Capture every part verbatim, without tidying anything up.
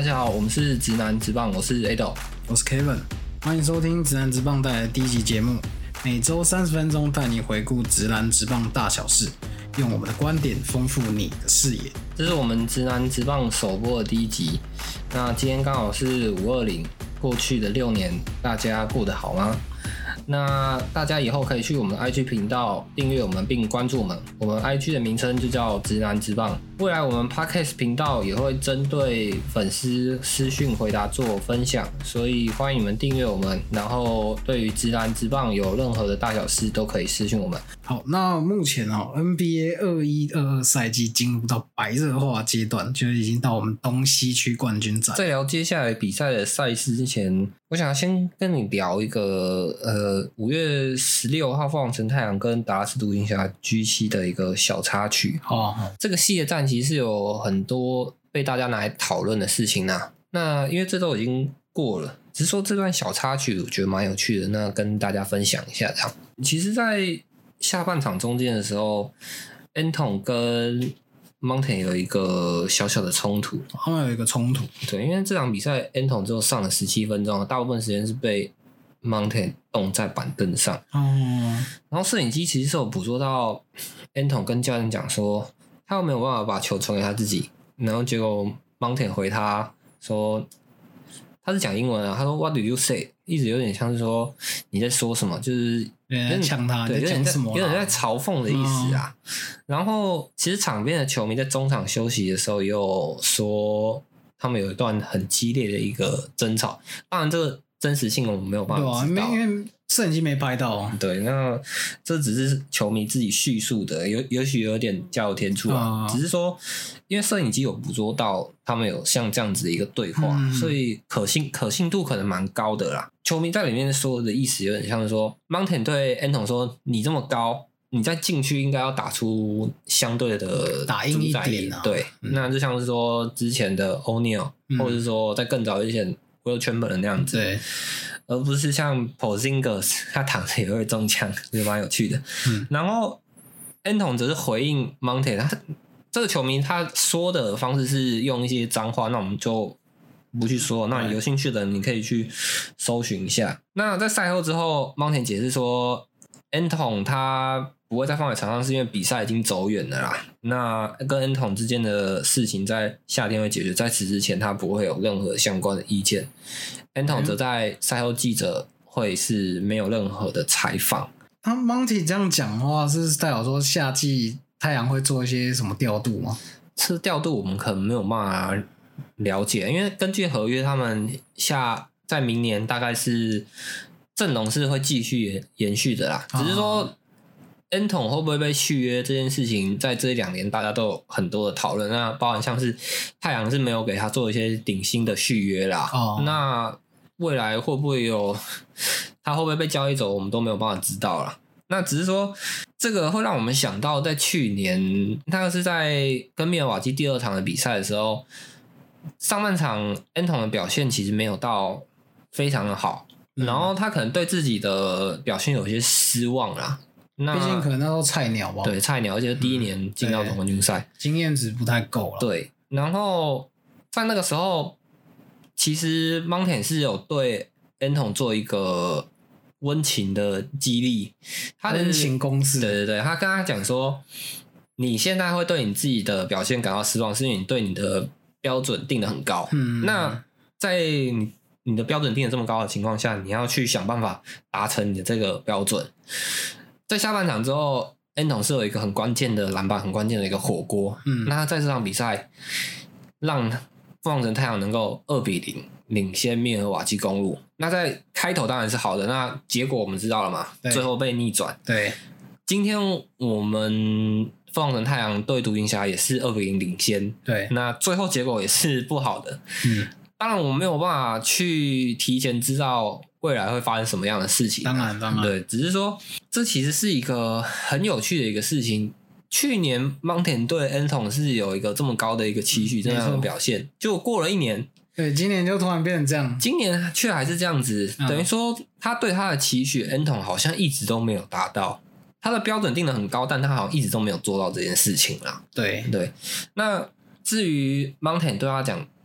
家好，我们是直男直棒，我是 Ado， 我是 Kevin， 欢迎收听直男直棒带来的第一集节目，每周三十分钟带你回顾直男直棒大小事，用我们的观点丰富你的视野。 这是我们直男直棒首播的第一集，那今天刚好是五二零，过去的六年大家过得好吗？那大家以后可以去我们 I G 频道订阅我们并关注我们，我们 I G 的名称就叫直男直棒。未来我们 Podcast 频道也会针对粉丝私讯回答做分享，所以欢迎你们订阅我们，然后对于直男直棒有任何的大小事都可以私讯我们。 好，那目前哦 N B A 二一二二 赛季进入到白热化阶段，就已经到我们东西区冠军战。 在聊接下来比赛的赛事之前，我想先跟你聊一个呃五月十六号凤凰城太阳跟达拉斯独行侠 G 七 的一个小插曲。 哦， 这个系列战其实是有很多被大家拿来讨论的事情啊。那因为这都已经过了，只是说这段小插曲我觉得蛮有趣的，那跟大家分享一下这样。其实在下半场中间的时候 Anton 跟 Mountain 有一个小小的冲突， 他们有一个冲突。 对，因为这场比赛 Anton 只有上了十七分钟，大部分时间是被 Mountain 冻在板凳上。 哦， 然后摄影机其实是有捕捉到 Anton 跟教练讲说，他又没有办法把球传给他自己，然后结果 Mountain 回他说，他是讲英文啊，他说 What do you say？ 一直有点像是说你在说什么，就是有人在呛他， 对， 在讲什么？ 有点在嘲讽的意思啊。嗯、然后其实场边的球迷在中场休息的时候也有说，他们有一段很激烈的一个争吵。当然这个真实性我们没有办法知道， 对啊，因为摄影机没拍到啊。 对，那这只是球迷自己叙述的，有也许有点加油添醋啊。只是说，因为摄影机有捕捉到他们有像这样子的一个对话，嗯、所以可信可信度可能蛮高的啦。球迷在里面说的意思有点像是说 ，Mountain 对 Anton 说：“你这么高，你在禁区应该要打出相对的打硬一点啊。” 对，嗯、那就像是说之前的 O'Neal，、嗯、或者是说在更早以前 Will Chamberlain 那样子。 对。 而不是像 Porzingis 他躺着也会中枪，就蛮有趣的。嗯、然后 Anton 则是回应 Mountain， 他这个球迷他说的方式是用一些脏话，那我们就不去说。那有兴趣的人你可以去搜寻一下。那在赛后之后 ，Mountain 解释说 ，Anton 他不会再放在场上，是因为比赛已经走远了啦。那跟 Anton 之间的事情在夏天会解决，在此之前他不会有任何相关的意见。Anton 则在赛后记者会是没有任何的采访。 他 Monty 这样讲的话，是代表说夏季太阳会做一些什么调度吗？ 这调度我们可能没有办法了解，因为根据合约，他们下在明年大概是阵容是会继续延续的啦，只是说 Anton 会不会被续约这件事情，在这两年大家都有很多的讨论。那包含像是太阳是没有给他做一些顶薪的续约啦，哦、那未来会不会有他会不会被交易走，我们都没有办法知道啦。那只是说这个会让我们想到，在去年那个是在跟密尔瓦基第二场的比赛的时候，上半场 Anton 的表现其实没有到非常的好，嗯、然后他可能对自己的表现有些失望啦。那毕竟可能那时候菜鸟吧， 对，菜鸟，而且第一年进到总冠军赛， 经验值不太够了。 对，然后在那个时候，其实 Mountain 是有对 Anton 做一个温情的激励，他的温情攻势。 对对对，他跟他讲说，你现在会对你自己的表现感到失望，是因为你对你的标准定得很高。嗯，那在你你的标准定得这么高的情况下，你要去想办法达成你的这个标准。在下半场之后 ，Anton 是有一个很关键的篮板，很关键的一个火锅。嗯，那他在这场比赛让凤凰城太阳能够二比零领先密尔瓦基公鹿。那在开头当然是好的，那结果我们知道了嘛？最后被逆转。 对， 今天我们凤凰城太阳对独行侠也是二比零领先。 对， 那最后结果也是不好的。嗯，当然我没有办法去提前知道未来会发生什么样的事情、啊。 当然，当然， 对，只是说这其实是一个很有趣的一个事情。去年 Mountain 对 Anton 是有一个这么高的一个期许，这样的表现，就过了一年， 对，今年就突然变成这样， 今年却还是这样子，嗯、等于说他对他的期许 Anton 好像一直都没有达到，他的标准定得很高，但他好像一直都没有做到这件事情啦。 对对，那至于 Mountain 对他讲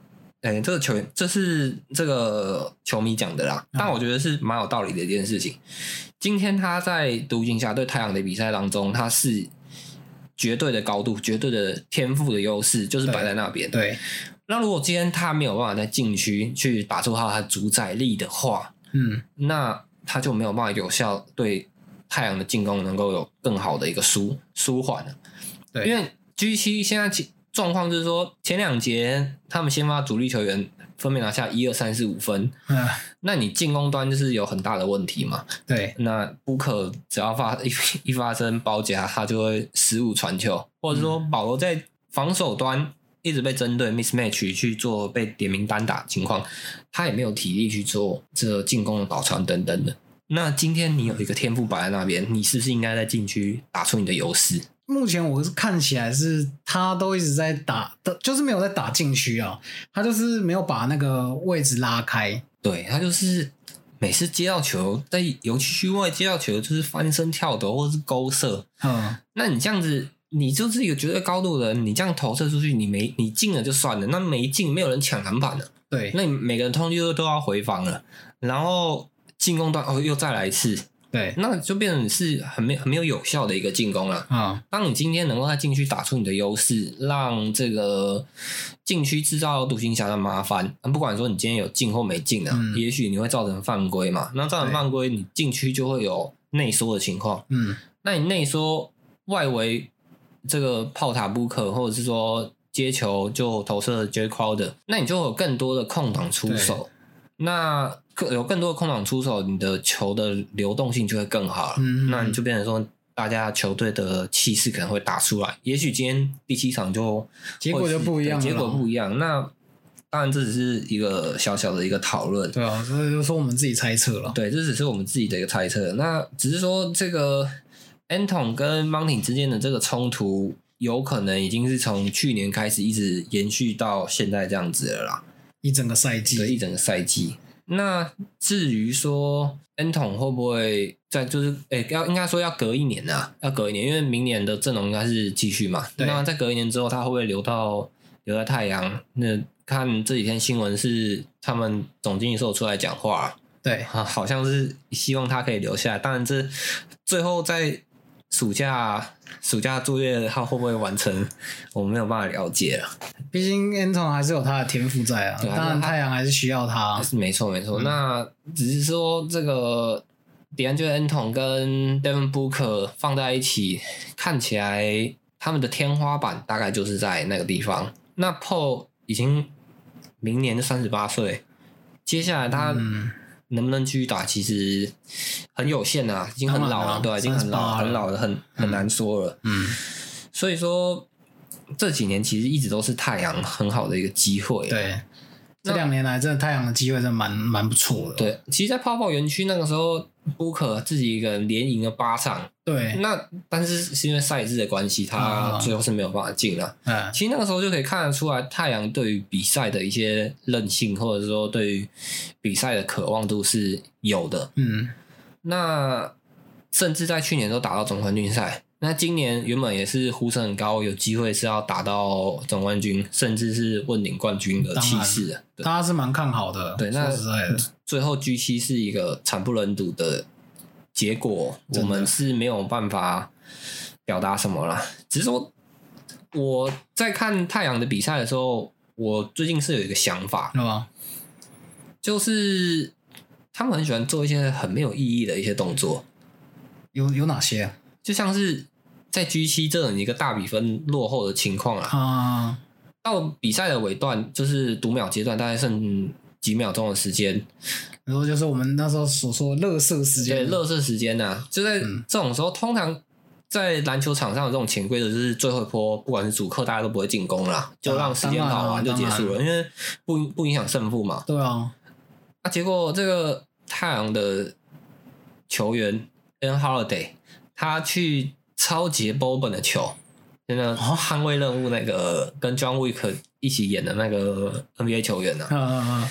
哎、欸，这个球员，这是这个球迷讲的啦，但我觉得是蛮有道理的一件事情。今天他在独行侠对太阳的比赛当中，他是绝对的高度、绝对的天赋的优势，就是摆在那边。 对。 那如果今天他没有办法在禁区去打出他的主宰力的话，嗯，那他就没有办法有效对太阳的进攻能够有更好的一个舒舒缓了。对，因为 G 七 现在状况就是说，前两节他们先发主力球员分别拿下一二三四五分，嗯，那你进攻端就是有很大的问题嘛。对，那布克只要发一一发生包夹，他就会失误传球，或者说保罗在防守端一直被针对 mismatch 去做被点名单打情况，他也没有体力去做这个进攻的保传等等的。那今天你有一个天赋摆在那边，你是不是应该在禁区打出你的优势？ 目前我是看起来是他都一直在打，就是没有在打禁区啊，他就是没有把那个位置拉开。 对，他就是每次接到球，在游戏区外接到球就是翻身跳投或是勾射。嗯，那你这样子，你就是一个绝对高度的人，你这样投射出去，你没你进了就算了，那没进没有人抢篮板了。对，那你每个人通缉都要回防了，然后进攻端哦又再来一次。对，那就变成是很没很没有有效的一个进攻了。啊、嗯，当你今天能够在禁区打出你的优势，让这个禁区制造独行侠的麻烦，不管说你今天有进或没进啊，嗯、也许你会造成犯规嘛。那造成犯规，你禁区就会有内缩的情况。嗯，那你内缩外围这个炮塔布克，或者是说接球就投射 J Crowder， 那你就有更多的空档出手。那有更多的空档出手，你的球的流动性就会更好了。嗯，那你就变成说，大家球队的气势可能会打出来。也许今天第七场就结果就不一样了， 结果不一样。那当然这只是一个小小的一个讨论。 对啊，所以就说我们自己猜测了。 对，这只是我们自己的一个猜测。那只是说这个 Anton 跟 Monty 之间的这个冲突，有可能已经是从去年开始一直延续到现在这样子了啦。 一整个赛季， 对，一整个赛季。那至于说 Anton 会不会在就是诶、欸、要应该说要隔一年啊，要隔一年，因为明年的阵容应该是继续嘛。那在隔一年之后，他会不会留到留在太阳？那看这几天新闻是他们总经理是有出来讲话，对啊，好像是希望他可以留下来。当然，这最后在暑假暑假作业他会不会完成，我们没有办法了解了。 毕竟 Anton 还是有他的天赋在啊，当然太阳还是需要他。 没错没错、嗯，那只是说这个 DeAndre Anton 跟 Devin Booker 放在一起，看起来他们的天花板大概就是在那个地方。那 Paul 已经明年就三十八岁，接下来他能不能继续打，其实很有限啊，已经很老了，对，已经很老很老了，很很难说了。嗯，所以说。这几年其实一直都是太阳很好的一个机会。 对，这两年来，真的太阳的机会真的蛮蛮不错的。 对，其实，在泡泡园区那个时候，布克自己一个人连赢了八场。对，那但是是因为赛制的关系，他最后是没有办法进了。嗯，其实那个时候就可以看得出来，太阳对于比赛的一些韧性，或者说对于比赛的渴望度是有的。嗯，那甚至在去年都打到总冠军赛。那今年原本也是呼声很高，有机会是要打到总冠军，甚至是问鼎冠军的气势的。 大家是蛮看好的。 对，那最后 G 七 是一个惨不忍睹的结果，我们是没有办法表达什么啦。只是说我在看太阳的比赛的时候，我最近是有一个想法， 是吗？ 就是他们很喜欢做一些很没有意义的一些动作。 有有哪些啊？ 就像是在 G 七 这种一个大比分落后的情况啊，啊到比赛的尾段，就是读秒阶段，大概剩几秒钟的时间。 然后就是我们那时候所说的垃圾时间， 对，垃圾时间啊，就在这种时候，嗯、通常在篮球场上的这种潜规则就是最后一波，不管是主客，大家都不会进攻啦，就让时间跑完就结束了，因为不不影响胜负嘛。 对啊， 啊，结果这个太阳的球员 Aaron Holiday。他去抄截 Boban 的球，真的捍卫任务那个跟 John Wick 一起演的那个 N B A 球员啊，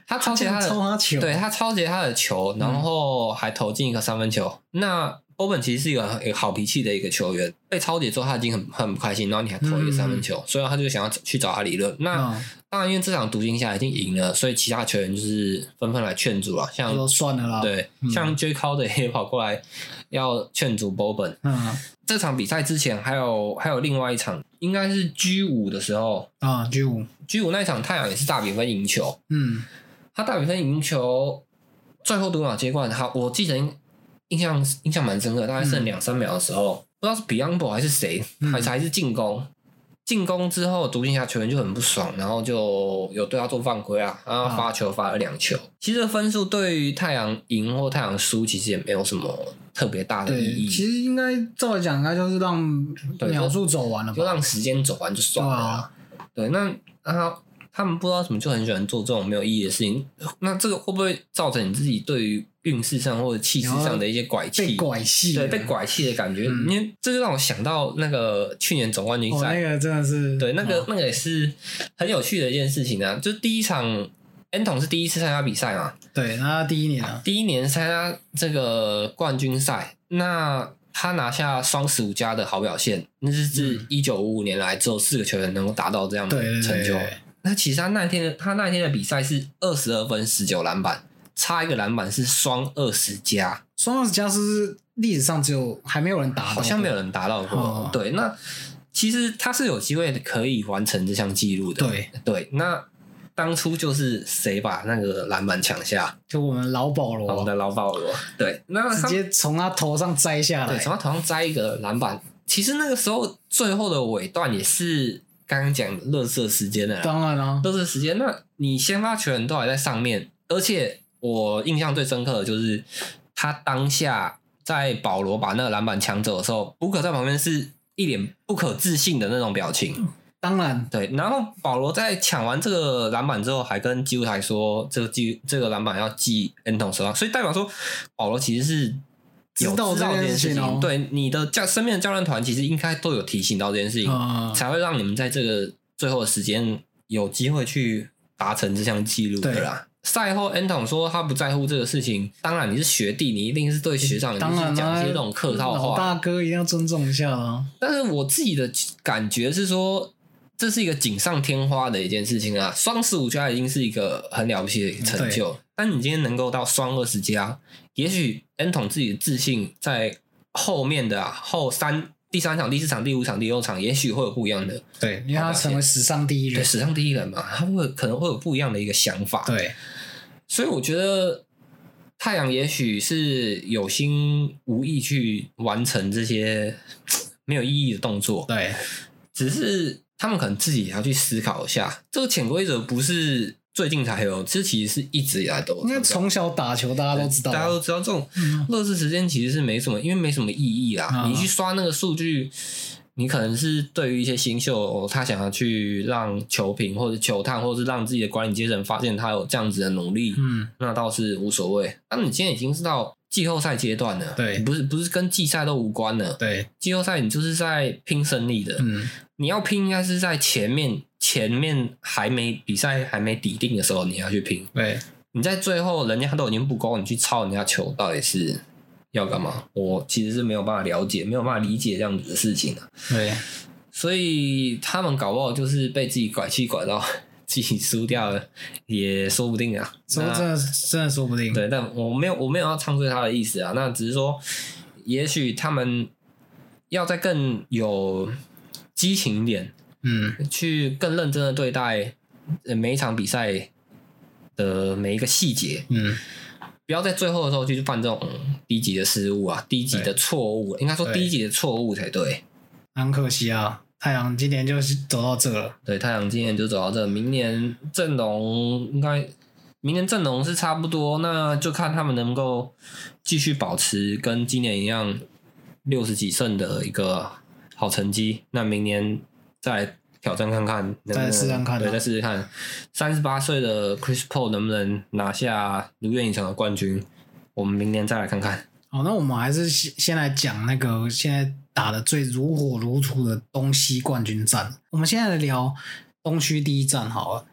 他抄截他的， 他他球对他抄截他的球，然后还投进一个三分球。嗯、那 Boban 其实是一个一个好脾气的一个球员，被抄截之后他已经很很不开心，然后你还投一个三分球，嗯、所以他就想要去找他理论。那、嗯、当然，因为这场独行侠已经赢了，所以其他球员就是纷纷来劝阻了。像说算了啦， 对，嗯、像 J. Crowder 也跑过来要劝阻 Boban。嗯，这场比赛之前还有还有另外一场，应该是 G 五 的时候啊 ，G 五 G 五 那一场太阳也是大比分赢球。嗯，他大比分赢球，最后读秒接冠，他我记得印象印象蛮深刻，大概剩两三秒的时候，嗯、不知道是 Biyombo 还是谁，嗯、还是还是进攻。进攻之后，独行侠球员就很不爽，然后就有对他做犯规啊，然后发球发了两球。啊、其实分数对于太阳赢或太阳输，其实也没有什么特别大的意义。 其实应该照来讲，应该就是让秒数走完了吧， 就让时间走完就算了啦。对，那他他们不知道怎么就很喜欢做这种没有意义的事情。那这个会不会造成你自己对于运势上或者气势上的一些拐气？ 被拐气， 对，被拐气的感觉。嗯、因为这就让我想到那个去年总冠军赛， 哦，那个真的是对，那个、 哦、 那个也是很有趣的一件事情啊。就是第一场 Anton 是第一次参加比赛嘛， 对，那他第一年啊， 第一年参加这个冠军赛，那他拿下双十五加的好表现，那是自一九五五年来只有四个球员能够达到这样的成就。 对对对对， 那其实他那天的他那天的比赛是二十二分十九篮板，差一个篮板是双二十加， 双二十加是历史上只有还没有人达到， 好像没有人达到过。哦、对，那其实他是有机会可以完成这项纪录的。 对对，那当初就是谁把那个篮板抢下？ 就我们老保罗， 我们的老保罗。对，那直接从他头上摘下来， 对，从他头上摘一个篮板。其实那个时候最后的尾段也是刚刚讲的垃圾时间的啦， 当然啦， 垃圾时间。那你先发球员都还在上面，而且我印象最深刻的就是他当下在保罗把那个篮板抢走的时候，布克在旁边是一脸不可置信的那种表情。 当然， 对。然后保罗在抢完这个篮板之后，还跟记录台说，这个记这个篮板要记 Anton 手上，所以代表说保罗其实是有知道这件事情。哦、对，你的教身边的教练团其实应该都有提醒到这件事情，嗯、才会让你们在这个最后的时间有机会去达成这项记录的啦。赛后 Anton 说他不在乎这个事情，当然你是学弟，你一定是对学长，当然讲一些这种客套话， 老大哥一定要尊重一下啊。 但是我自己的感觉是说，这是一个锦上添花的一件事情啊，双十五加已经是一个很了不起的一个成就，但你今天能够到双二十加，也许 Anton 自己的自信在后面的、啊、后三。第三场、第四场、第五场、第六场，也许会有不一样的。 对，因为他成为史上第一人， 对，史上第一人嘛，他会可能会有不一样的一个想法。 对， 所以我觉得太阳也许是有心无意去完成这些没有意义的动作。 对， 只是他们可能自己也要去思考一下，这个潜规则不是最近才有，这其实是一直以来都有。 因为从小打球，大家都知道， 大家都知道这种垃圾时间其实是没什么，因为没什么意义啦。嗯、你去刷那个数据，你可能是对于一些新秀，他想要去让球评或者球探，或者是让自己的管理阶层发现他有这样子的努力，嗯，那倒是无所谓。但你今天已经是到季后赛阶段了， 对， 不是不是跟季赛都无关了， 对， 季后赛你就是在拼胜利的，嗯，你要拼应该是在前面。前面还没比赛还没底定的时候，你要去拼。 对， 你在最后人家都已经不勾，你去抄人家球，到底是要干嘛？我其实是没有办法了解，没有办法理解这样子的事情啊。 对， 所以他们搞不好就是被自己拐气拐到自己输掉了，也说不定啊。 说真的真的说不定。 对，但我没有我没有要唱衰他的意思啊。那只是说，也许他们要再更有激情一点。嗯，去更认真的对待每一场比赛的每一个细节，嗯，不要在最后的时候去犯这种低级的失误啊，低级的错误，应该说低级的错误才对。 很可惜啊，太阳今年就是走到这了。 对，太阳今年就走到这，明年阵容应该，明年阵容是差不多，那就看他们能够继续保持跟今年一样六十几胜的一个好成绩。那明年。再挑战看看， 再试看看， 对，再试试看，三十八岁的 Chris Paul 能不能拿下如愿以偿的冠军？我们明年再来看看。 好，那我们还是先来讲那个现在打的最如火如荼的东西冠军战。我们现在来聊东区第一战好了。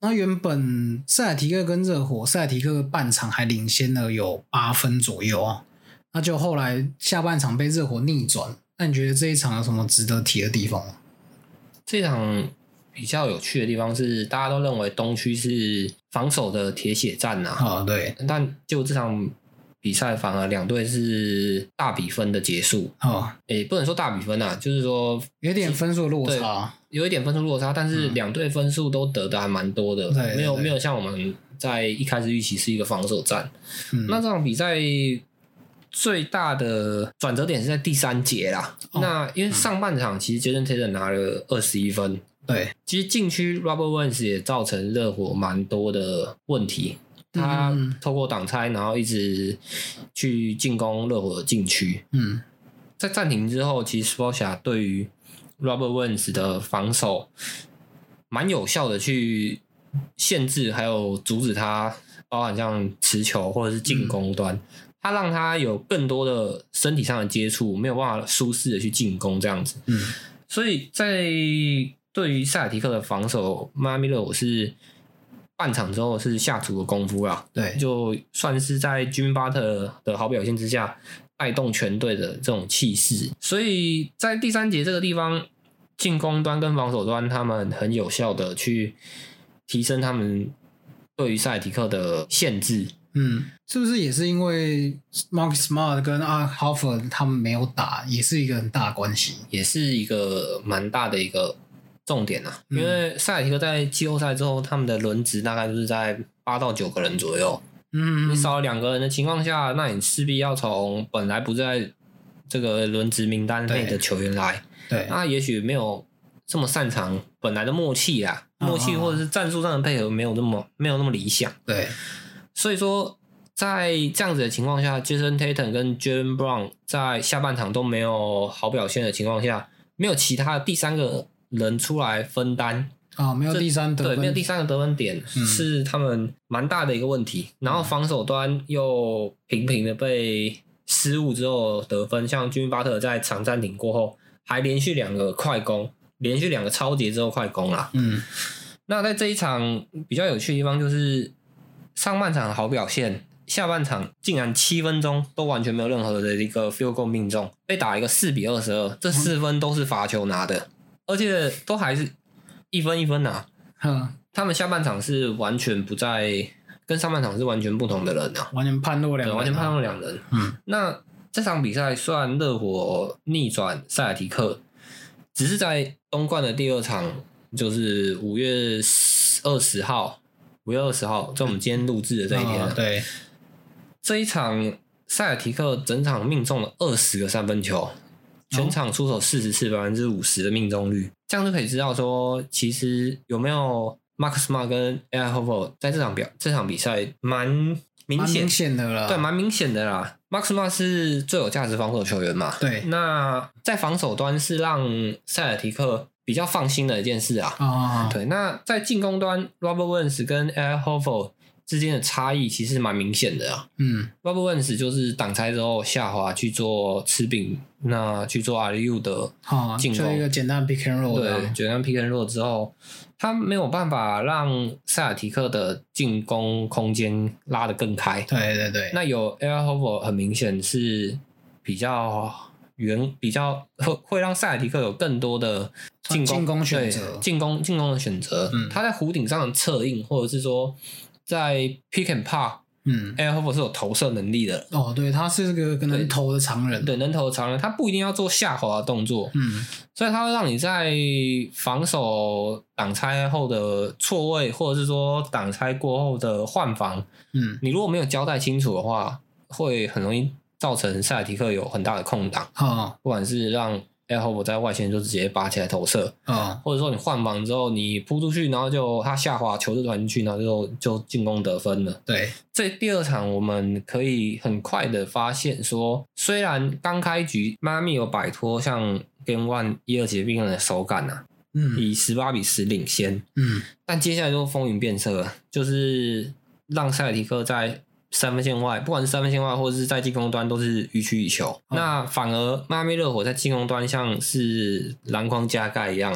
那原本塞尔提克跟热火，塞尔提克半场还领先了有八分左右啊，那就后来下半场被热火逆转。那你觉得这一场有什么值得提的地方吗？ 这场比较有趣的地方是，大家都认为东区是防守的铁血战呐、啊。 哦，对。 但就这场比赛，反而两队是大比分的结束。 哦， 诶，不能说大比分啊，就是说有点分数落差， 有一点分数落差，但是两队分数都得的还蛮多的， 嗯、 没有没有像我们在一开始预期是一个防守战。 嗯、 那这场比赛最大的转折点是在第三节啦。哦、那因为上半场其实 Jason Tatum 拿了二十一分， 对， 其实禁区 Robert Williams 也造成热火蛮多的问题。他透过挡拆，然后一直去进攻热火的禁区。嗯，在暂停之后，其实 Spoelstra 对于 Robert Williams 的防守蛮有效的，去限制还有阻止他，包含像持球或者是进攻端。嗯，他让他有更多的身体上的接触，没有办法舒适的去进攻这样子。嗯，所以在对于塞尔提克的防守，迈阿密热火是半场之后是下足的功夫啦。 对， 就算是在 Jimmy Butler 的好表现之下，带动全队的这种气势。所以在第三节这个地方，进攻端跟防守端他们很有效的去提升他们对于塞尔提克的限制。 嗯，是不是也是因为 Marcus Smart 跟 Al Horford 他们没有打，也是一个很大的关系， 也是一个蛮大的一个重点啊。嗯、因为塞尔提克在季后赛之后，他们的轮值大概就是在八到九个人左右。嗯，你少了两个人的情况下，那你势必要从本来不在这个轮值名单内的球员来。 对， 那也许没有这么擅长本来的默契啊，默契或者是战术上的配合没有那么没有那么理想。 对。 所以说，在这样子的情况下 ，Jason Tatum 跟 Jaylen Brown 在下半场都没有好表现的情况下，没有其他的第三个人出来分担啊、哦，没有第三得分， 对，没有第三个得分点、嗯、是他们蛮大的一个问题。然后防守端又频频的被失误之后得分，像 Jimmy Butler 在场暂停过后还连续两个快攻，连续两个超节之后快攻啦。嗯，那在这一场比较有趣的地方就是。上半场好表现，下半场竟然七分钟都完全没有任何的一个 field goal 命中，被打一个四比二十二，这四分都是罚球拿的，嗯、而且都还是一分一分拿。嗯，他们下半场是完全不在，跟上半场是完全不同的人啊， 完全判若两人、啊， 完全判若两人。嗯，那这场比赛虽然热火逆转塞尔提克，只是在东冠的第二场，就是五月二十号。五月二十号，在我们今天录制的这一天、啊哦，对， 这一场塞尔提克整场命中了二十个三分球，全场出手四十次，百分之五十的命中率，这样就可以知道说，其实有没有 Marcus Smart 跟 Al Horford 在这场表这场比赛蛮明显， 明显的啦， 对，蛮明显的啦。Marcus Smart 是最有价值防守球员嘛， 对， 那在防守端是让塞尔提克比较放心的一件事啊， 哦、 对。那在进攻端 ，Robert Williams 跟 Al Horford 之间的差异其实蛮明显的啊。嗯 ，Robert Williams 就是挡拆之后下滑去做吃饼，那去做 alley-oop 的进攻， 就一个简单 pick and roll， 对，简单 pick and roll 之后，他没有办法让塞尔提克的进攻空间拉得更开。 对对对， 那有 Al Horford 很明显是比较。原比较会会让塞尔提克有更多的进攻进攻选择， 进攻进攻的选择。嗯，他在弧顶上的策应，或者是说在 pick and pop， 嗯 ，Al Horford 是有投射能力的。 哦，对，他是个能投的常人， 对，能投的常人，他不一定要做下滑的动作。嗯，所以他会让你在防守挡拆后的错位，或者是说挡拆过后的换防，嗯，你如果没有交代清楚的话，会很容易。造成塞尔提克有很大的空档，哦、不管是让 Al Horford 在外线就直接拔起来投射，哦、或者说你换防之后你扑出去，然后就他下滑球就传进去，然后就就进攻得分了。 对， 这第二场我们可以很快的发现说，虽然刚开局迈阿密有摆脱像 Game One 一二节病人的手感啊，嗯，以十八比十领先，嗯，但接下来就风云变色了，就是让塞尔提克在三分线外，不管是三分线外或者是在进攻端都是予取予求、哦、那反而迈阿密热火在进攻端像是篮筐加盖一样啊，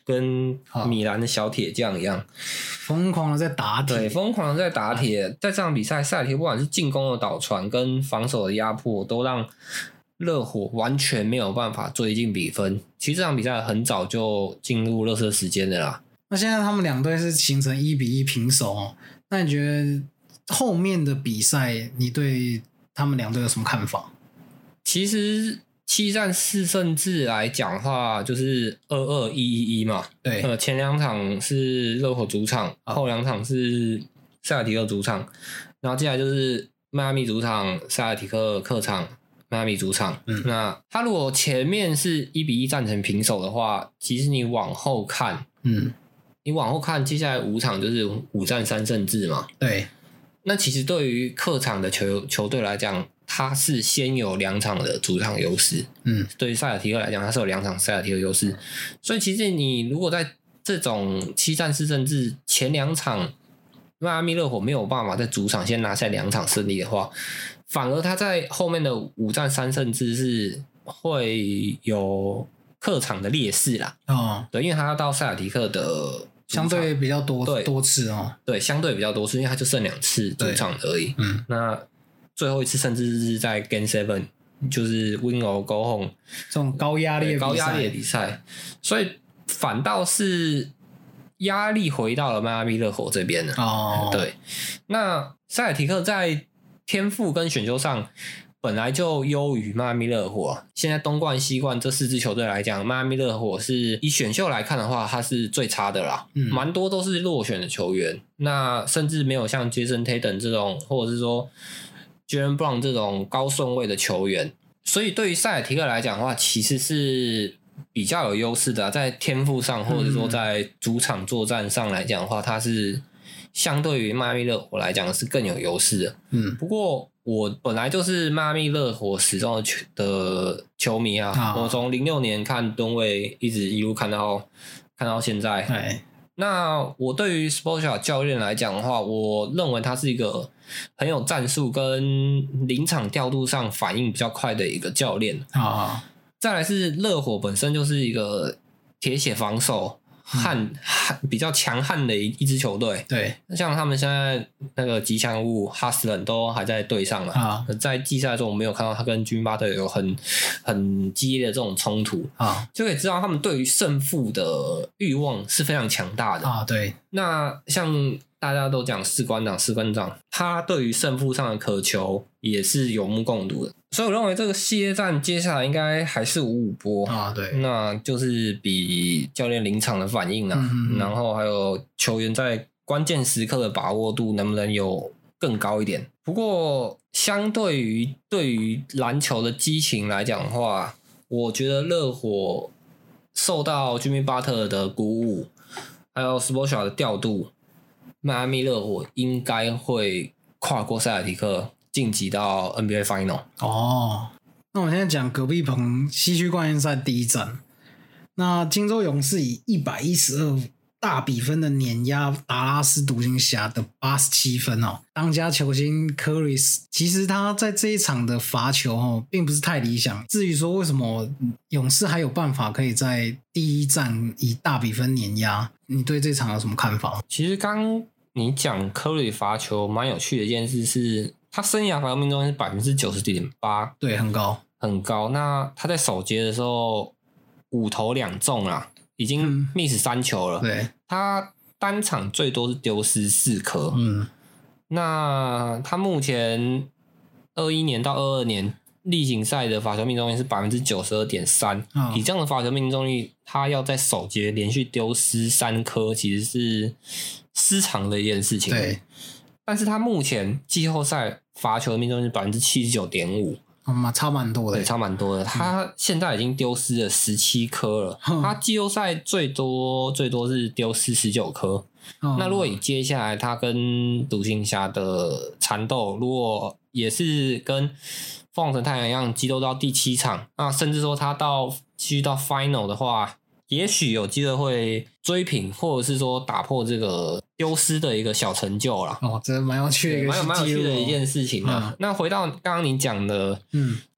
跟米兰的小铁匠一样， 疯狂的在打铁， 对，疯狂的在打铁。在这场比赛，塞尔提克不管是进攻的倒传跟防守的压迫，都让热火完全没有办法追进比分。其实这场比赛很早就进入热身时间的啦。 那现在他们两队是形成一比一平手哦。那你觉得后面的比赛，你对他们两队有什么看法？ 其实七战四胜制来讲的话，就是二二一一一嘛。 对， 呃，前两场是热火主场，后两场是塞尔提克主场，然后接下来就是迈阿密主场，塞尔提克客场，迈阿密主场。嗯，那他如果前面是一比一战成平手的话，其实你往后看，嗯，你往后看，接下来五场就是五战三胜制嘛。 对， 那其实对于客场的球球队来讲，他是先有两场的主场优势，嗯，对于塞尔提克来讲，他是有两场塞尔提克优势，所以其实你如果在这种七战四胜制前两场，迈阿密热火没有办法在主场先拿下两场胜利的话，反而他在后面的五战三胜制是会有客场的劣势啦，哦，对，因为他要到塞尔提克的相对比较多多次哦， 对，相对比较多次，因为他就剩两次主场而已，嗯，那最后一次甚至是在 Game Seven， 就是 Win or Go Home 这种高压力的比赛高压力的比赛，所以反倒是压力回到了迈阿密热火这边了。哦，对，那塞尔提克在天赋跟选秀上本来就优于迈阿密热火，现在东冠西冠这四支球队来讲，迈阿密热火是以选秀来看的话，它是最差的啦，嗯，蛮多都是落选的球员，那甚至没有像 Jason Tatum 这种，或者是说Jaylen Brown 这种高顺位的球员，所以对于塞尔提克来讲的话，其实是比较有优势的、啊，在天赋上或者说在主场作战上来讲的话，它是相对于迈阿密热火来讲是更有优势的。嗯，不过我本来就是迈阿密热火始终的球的球迷啊，啊我从零六年看吨位一直一路看到看到现在。 哎， 那我对于 Spoelstra 教练来讲的话，我认为他是一个很有战术跟临场调度上反应比较快的一个教练啊。再来是热火本身就是一个铁血防守悍悍比较强悍的一一支球队。 对， 像他们现在那个吉祥物哈斯伦都还在队上了啊。在季赛中我没有看到他跟军巴特有很很激烈的这种冲突啊，就可以知道他们对于胜负的欲望是非常强大的啊。对， 那像大家都讲士官长，士官长他对于胜负上的渴求也是有目共睹的。所以我认为这个系列战接下来应该还是五五波啊，对， 那就是比教练临场的反应啊，嗯、然后还有球员在关键时刻的把握度能不能有更高一点。不过相对于对于篮球的激情来讲的话，我觉得热火受到 Jimmy Butler 的鼓舞，还有 Spoelstra 的调度，迈阿密热火应该会跨过塞尔提克晋级到 N B A Final。 哦，那我们现在讲隔壁棚西区冠军赛第一战，那金州勇士以一百一十二大比分的碾压达拉斯独行侠的八十七分哦。当家球星 Curry 其实他在这一场的罚球哦并不是太理想，至于说为什么勇士还有办法可以在第一战以大比分碾压，你对这场有什么看法？ 其实刚你讲 Curry 罚球蛮有趣的一件事是，他生涯罚球命中率是 百分之九十点八， 对，很高很高。那他在首节的时候五投两中啦，已经 miss 三球了、 嗯、对， 他单场最多是丢失四颗。嗯，那他目前二一年到二二年例行赛的罚球命中率是 百分之九十二点三， 以这样的罚球命中率，他要在首节连续丢失三颗其实是失常的一件事情。 对， 但是他目前季后赛罚球的命中率是 百分之七十九点五， 差蛮多的。 对，差蛮多的。他现在已经丢失了十七颗了、嗯、他季后赛最多最多是丢失十九颗、嗯、那如果以接下来他跟独行侠的缠斗，如果也是跟凤凰城太阳一样激斗到第七场，那甚至说他到继续到 final 的话，也许有机会会追平，或者是说打破这个丢失的一个小成就啦。 哦，这蛮有趣的一个蛮有蛮有趣的一件事情啊、嗯。那回到刚刚你讲的，嗯，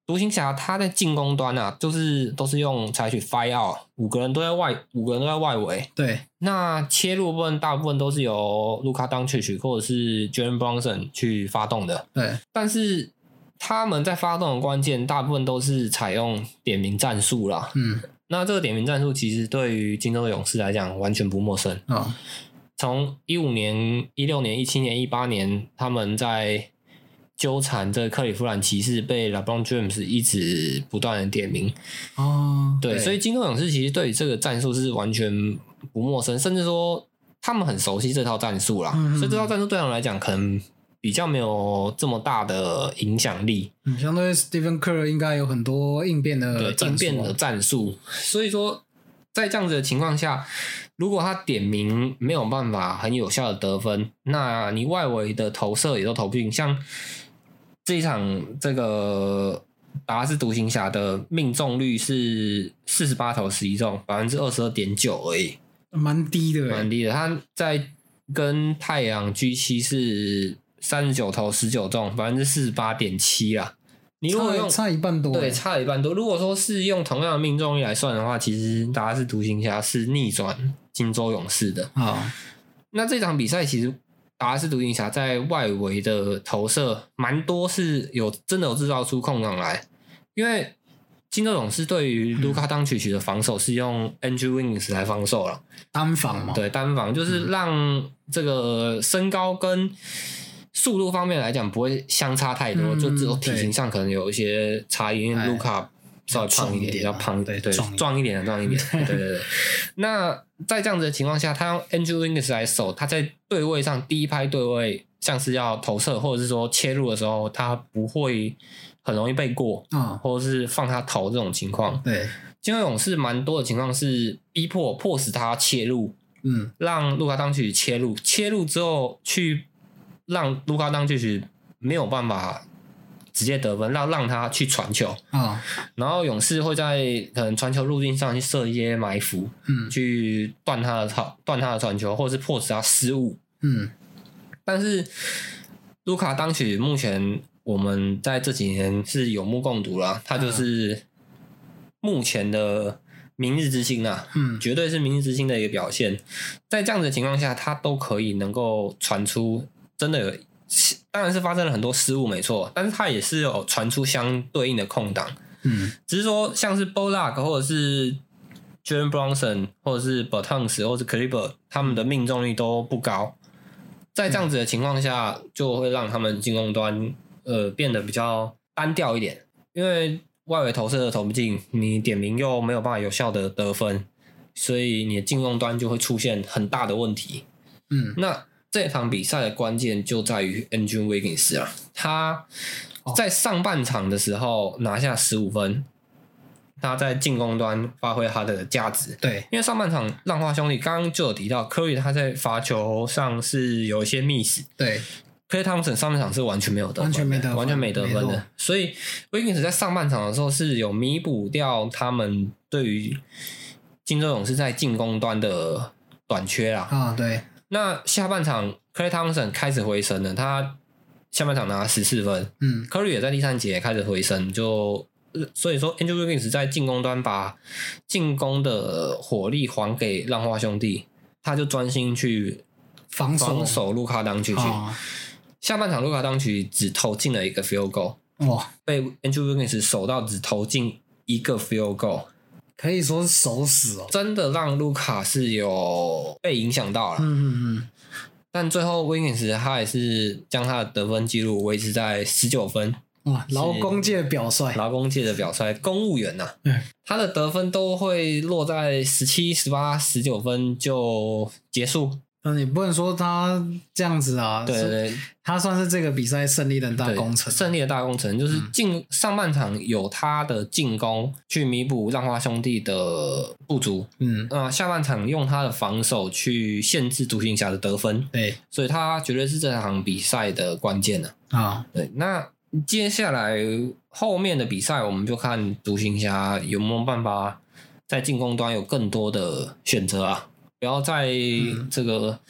独行侠他在进攻端啊，就是都是用采取 five out， 五个人都在外，五个人都在外围。 对， 那切入部分大部分都是由卢卡当曲曲或者是 Jalen Brunson 去发动的。 对， 但是他们在发动的关键大部分都是采用点名战术啦。 嗯， 那这个点名战术其实对于金州勇士来讲完全不陌生。 哦， 从一五年、一六年、一七年、一八年，他们在纠缠这个克里夫兰骑士被 LeBron James 一直不断的点名。 哦， 对， 对， 所以金州勇士其实对这个战术是完全不陌生，甚至说他们很熟悉这套战术啦。 嗯嗯， 所以这套战术对他们来讲可能比较没有这么大的影响力。 嗯，相对 Stephen Kerr 应该有很多应变的对战术、啊、 应变的战术，所以说在这样子的情况下，如果他点名没有办法很有效的得分，那你外围的投射也都投不进。像这一场这个达拉斯独行侠的命中率是四十八投十一中，百分之二十二点九而已， 蛮低的， 蛮低的。他在跟太阳 G 七是三十九投十九中，百分之四十八点七啦。你如果用差一半多， 对，差一半多。如果说是用同样的命中率来算的话，其实达拉斯独行侠是逆转金州勇士的。 啊， 那这场比赛其实达拉斯独行侠在外围的投射蛮多是有真的有制造出空档来，因为金州勇士对于卢卡当曲曲的防守是用 Andrew Wiggins 来防守了， 单防嘛， 对，单防就是让这个身高跟速度方面来讲不会相差太多， 嗯、 就只有体型上可能有一些差异，因为卢卡稍微胖一点，比较胖， 对对，壮一点的壮一点，对对对。那在这样子的情况下，他用 Andrew Wiggins 来守，他在对位上第一拍对位，像是要投射或者是说切入的时候，他不会很容易被过， 啊、 嗯，或者是放他投这种情况。 对， 金州勇士蛮多的情况是逼迫迫使他切入， 嗯， 让卢卡当曲切入，切入之后去让卢卡当曲没有办法直接得分，让让他去传球啊， 然后勇士会在可能传球路径上去设一些埋伏， 嗯， 去断他的传断他的传球，或者是迫使他失误， 嗯， 但是卢卡当曲目前我们在这几年是有目共睹啦，他就是目前的明日之星啊， 嗯， 绝对是明日之星的一个表现。在这样子的情况下，他都可以能够传出真的有，当然是发生了很多失误没错，但是他也是有传出相对应的空档， 嗯， 只是说像是 Bullock 或者是 Jalen Brunson 或者是 Bertans 或者是 Kleber 他们的命中率都不高，在这样子的情况下，就会让他们进攻端呃变得比较单调一点，因为外围投射的投不进，你点名又没有办法有效的得分，所以你的进攻端就会出现很大的问题。 嗯， 那这场比赛的关键就在于 Andrew Wiggins 啊，他在上半场的时候拿下十五分，他在进攻端发挥他的价值。 对， 因为上半场浪花兄弟刚刚就有提到 Curry 他在罚球上是有一些 miss， 对。 Klay Thompson 上半场是完全没有得分， 完全没得分， 完全没得分的，所以 Wiggins 在上半场的时候是有弥补掉他们对于金州勇士在进攻端的短缺啦。 啊，对。 那下半场 Klay Thompson 开始回升了，他下半场拿十四分， 嗯 ，Curry 也在第三节开始回升，就所以说 Andrew Wiggins 在进攻端把进攻的火力还给浪花兄弟，他就专心去防守防守卢卡当曲曲。 啊下半场卢卡当曲只投进了一个 field goal， 哇， 被 Andrew Wiggins 守到只投进一个 field goal， 可以说是守死哦， 真的让卢卡是有被影响到了。 嗯嗯嗯。 但最后 Wiggins 他也是将他的得分记录维持在十九分， 哇，劳工界的表率， 劳工界的表率，公务员呐、啊， 嗯， 他的得分都会落在十七、十八、十九分就结束。 嗯，你不能说他这样子啊， 对对对， 他算是这个比赛胜利的大工程， 胜利的大工程就是进、嗯、上半场有他的进攻去弥补浪花兄弟的不足， 嗯， 呃，下半场用他的防守去限制独行侠的得分， 对， 所以他绝对是这场比赛的关键呢、 啊。啊， 对，那接下来后面的比赛，我们就看独行侠有没有办法在进攻端有更多的选择啊。不要在这个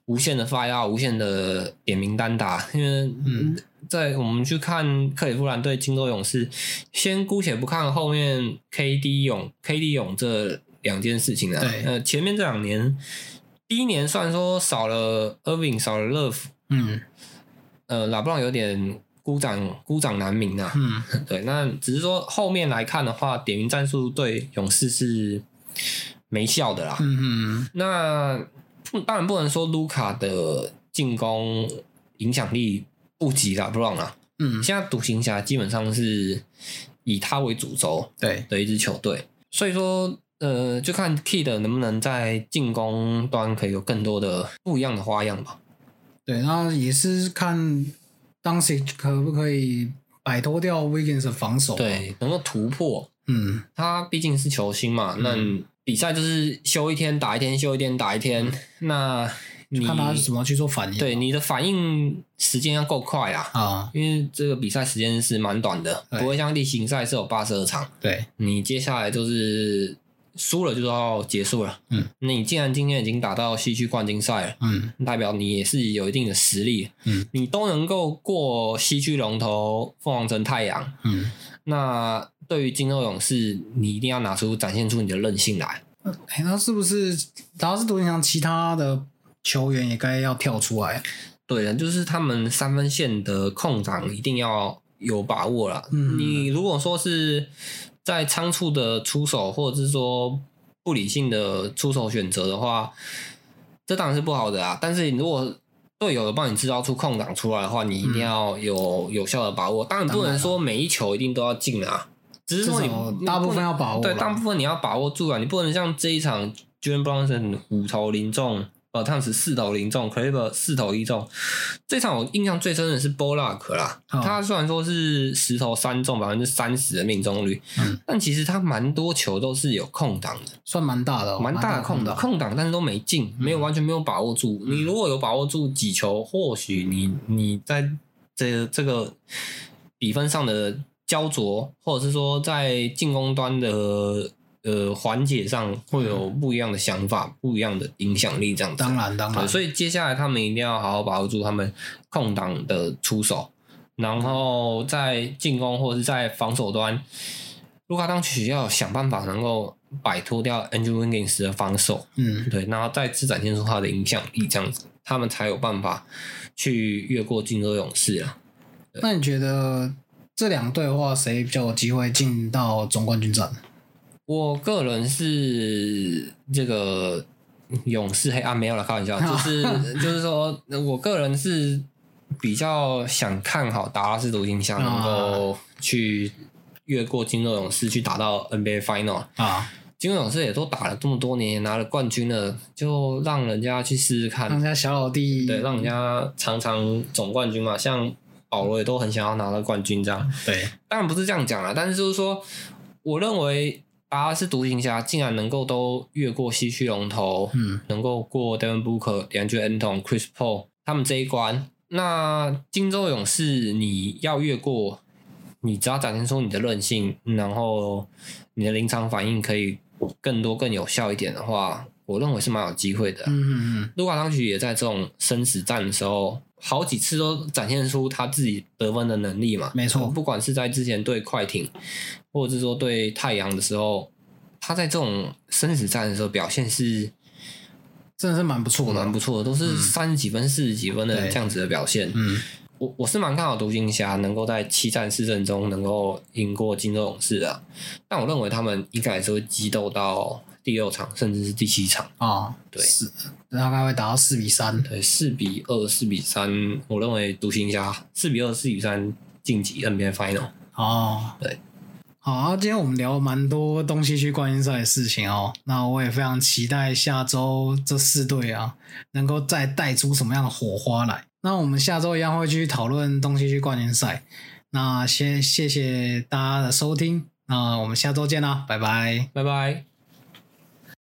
无限的 fire out， 无限的点名单打，因为在我们去看克里夫兰对金州勇士，先姑且不看后面 K D 勇 K D 勇这两件事情啊，呃，前面这两年，第一年虽然说少了 Irving 少了 Love， 嗯，呃，拉布朗有点孤掌孤掌难鸣啊，嗯，对，那只是说后面来看的话，点名战术对勇士是没效的啦，嗯嗯，那当然不能说卢卡的进攻影响力不及拉布朗啊，嗯，现在独行侠基本上是以他为主轴对的一支球队，所以说呃，就看 Kid 能不能在进攻端可以有更多的不一样的花样吧。 对，然后也是看当时可不可以摆脱掉 Wiggins 的防守， 对，能够突破。嗯，他毕竟是球星嘛，嗯、那比赛就是休一天打一天，休一天打一天，嗯、那你看他怎么去做反应。 对，你的反应时间要够快啊，啊，因为这个比赛时间是蛮短的，不会像例行赛是有八十二场。对，你接下来就是输了就要结束了。嗯，那你既然今天已经打到西区冠军赛了，嗯，代表你也是有一定的实力。嗯，你都能够过西区龙头凤凰城太阳。嗯，那对于金州勇士，你一定要拿出展现出你的韧性来。 欸、那是不是打是独行侠其他的球员也该要跳出来？ 对的，就是他们三分线的空档一定要有把握啦。嗯，你如果说是在仓促的出手，或者是说不理性的出手选择的话，这当然是不好的啊。但是如果队友有帮你制造出空档出来的话，你一定要有有效的把握。当然不能说每一球一定都要进啊，只是说你大部分要把握。 对，大部分你要把握住啊，你不能像这一场 Jalen Brunson 五投零中。呃，汤姆四投零中 ，Kleber 四投一中。这场我印象最深的是 Bullock 啦，哦、他虽然说是十投三中，百分之三十的命中率，嗯，但其实他蛮多球都是有空档的， 算蛮大的、哦， 蛮大的空档，空档但是都没进，没有完全没有把握住。嗯、你如果有把握住几球，或许你你在这这个比分上的焦灼，或者是说在进攻端的。呃，缓解上会有不一样的想法，嗯、不一样的影响力，这样子。 当然，当然。 所以接下来他们一定要好好把握住他们空档的出手，然后在进攻或者是在防守端，卢卡当曲要想办法能够摆脱掉 Andrew Wiggins 的防守，嗯，对，然后再次展现出他的影响力，这样子，他们才有办法去越过金州勇士啊。 那你觉得这两队的话，谁比较有机会进到总冠军战？ 我个人是这个勇士黑啊，没有了，开玩笑，就是就是说，我个人是比较想看好达拉斯独行侠能够去越过金州勇士，去打到 N B A Final 啊。金州勇士也都打了这么多年，拿了冠军了，就让人家去试试看， 让人家小老弟， 对，让人家尝尝总冠军嘛。像保罗也都很想要拿到冠军，这样。 对， 当然不是这样讲啦，但是就是说，我认为。达拉斯独行侠竟然能够都越过西区龙头，嗯，能够过 Devin Booker、DeAndre Ayton、Chris Paul 他们这一关。那金州勇士你要越过，你只要展现出你的韧性，然后你的临场反应可以更多、更有效一点的话，我认为是蛮有机会的。嗯嗯嗯。卢卡当曲也在这种生死战的时候，好几次都展现出他自己得分的能力嘛。 没错， 不管是在之前对快艇。或者是说对太阳的时候，他在这种生死战的时候表现是真的是蛮不错的， 蛮不错的，都是三十几分、四十几分的这样子的表现。嗯，我我是蛮看好独行侠能够在七战四胜中能够赢过金州勇士的，但我认为他们应该还是会激斗到第六场甚至是第七场啊、哦。对，大概会打到四比三， 对，四比二、四比三，我认为独行侠四比二、四比三晋级 N B A Final。哦，对。 好，今天我们聊了蛮多东西区冠军赛的事情哦。那我也非常期待下周这四队啊，能够再带出什么样的火花来。那我们下周一样会继续讨论东西区冠军赛。那先谢谢大家的收听，那我们下周见啦，拜拜， 拜拜。